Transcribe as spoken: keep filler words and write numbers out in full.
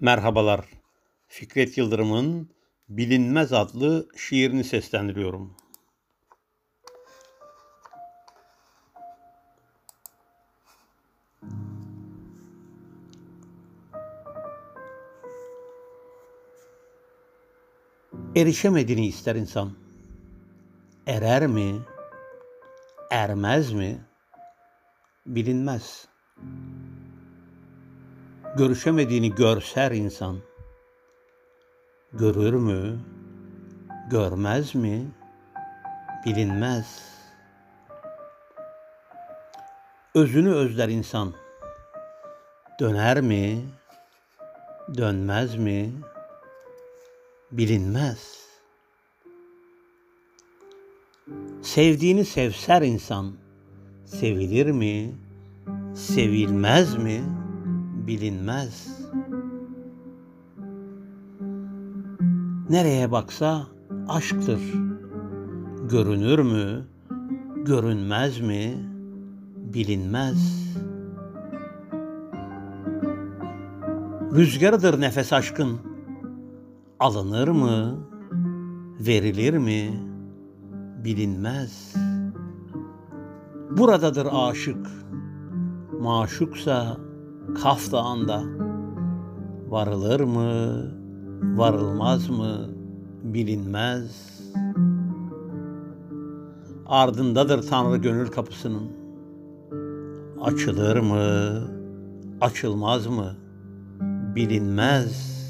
Merhabalar. Fikret Yıldırım'ın Bilinmez adlı şiirini seslendiriyorum. Erişemediğini ister insan. Erer mi? Ermez mi? Bilinmez. Görüşemediğini görser insan. Görür mü? Görmez mi? Bilinmez. Özünü özler insan. Döner mi? Dönmez mi? Bilinmez. Sevdiğini sevser insan. Sevilir mi? Sevilmez mi? Bilinmez. Nereye baksa aşktır. Görünür mü? Görünmez mi? Bilinmez. Rüzgarıdır nefes aşkın. Alınır mı? Verilir mi? Bilinmez. Buradadır aşık. Maşuksa Kaf Dağı'nda. Varılır mı? Varılmaz mı? Bilinmez. Ardındadır Tanrı gönül kapısının. Açılır mı? Açılmaz mı? Bilinmez.